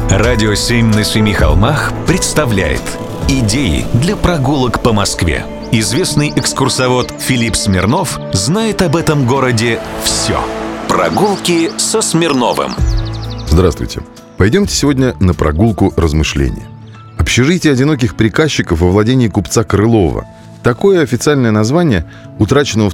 Радио 7 на семи холмах представляет идеи для прогулок по Москве. Известный экскурсовод Филипп Смирнов знает об этом городе все. Прогулки со Смирновым. Здравствуйте. Пойдемте сегодня на прогулку размышления. Общежитие одиноких приказчиков во владении купца Крылова. Такое официальное название утраченного в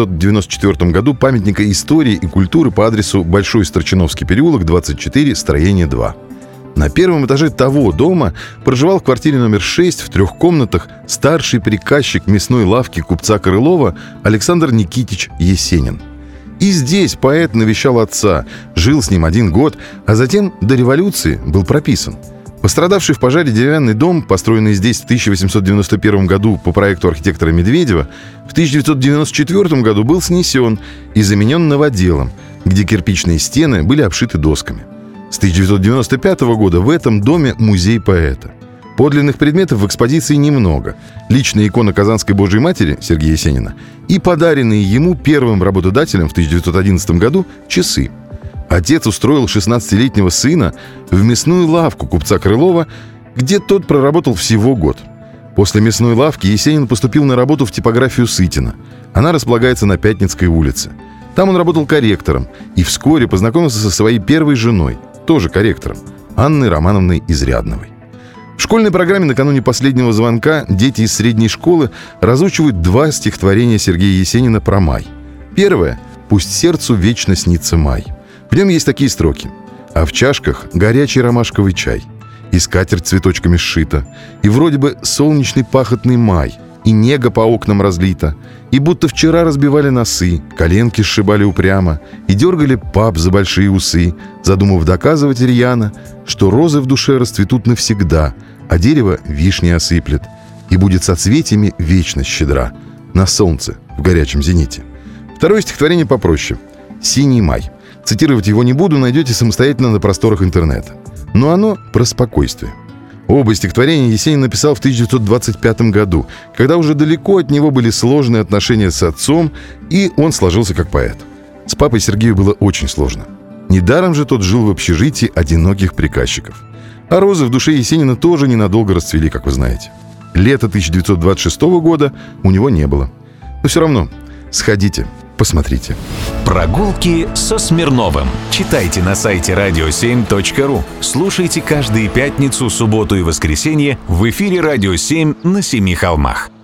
1994 году памятника истории и культуры по адресу Большой Старчиновский переулок, 24, строение 2. На первом этаже того дома проживал в квартире номер 6 в 3 комнатах старший приказчик мясной лавки купца Крылова Александр Никитич Есенин. И здесь поэт навещал отца, жил с ним 1 год, а затем до революции был прописан. Пострадавший в пожаре деревянный дом, построенный здесь в 1891 году по проекту архитектора Медведева, в 1994 году был снесен и заменен новоделом, где кирпичные стены были обшиты досками. С 1995 года в этом доме музей поэта. Подлинных предметов в экспозиции немного. Личная икона Казанской Божией Матери Сергея Есенина и подаренные ему первым работодателем в 1911 году часы. Отец устроил 16-летнего сына в мясную лавку купца Крылова, где тот проработал всего год. После мясной лавки Есенин поступил на работу в типографию Сытина. Она располагается на Пятницкой улице. Там он работал корректором и вскоре познакомился со своей первой женой, тоже корректором, Анной Романовной Изрядновой. В школьной программе накануне последнего звонка дети из средней школы разучивают 2 стихотворения Сергея Есенина про май. Первое «Пусть сердцу вечно снится май». В нем есть такие строки: «А в чашках горячий ромашковый чай, и скатерть цветочками сшита, и вроде бы солнечный пахотный май, и нега по окнам разлита, и будто вчера разбивали носы, коленки сшибали упрямо, и дергали пап за большие усы, задумав доказывать рьяно, что розы в душе расцветут навсегда, а дерево вишни осыплет, и будет соцветиями вечно щедра, на солнце в горячем зените». Второе стихотворение попроще «Синий май». Цитировать его не буду, найдете самостоятельно на просторах интернета. Но оно про спокойствие. Оба стихотворения Есенин написал в 1925 году, когда уже далеко от него были сложные отношения с отцом, и он сложился как поэт. С папой Сергею было очень сложно. Недаром же тот жил в общежитии одиноких приказчиков. А розы в душе Есенина тоже ненадолго расцвели, как вы знаете. Лета 1926 года у него не было. Но все равно сходите, посмотрите. Прогулки со Смирновым. Читайте на сайте radio7.ru. Слушайте каждые пятницу, субботу и воскресенье в эфире «Радио 7» на Семи холмах.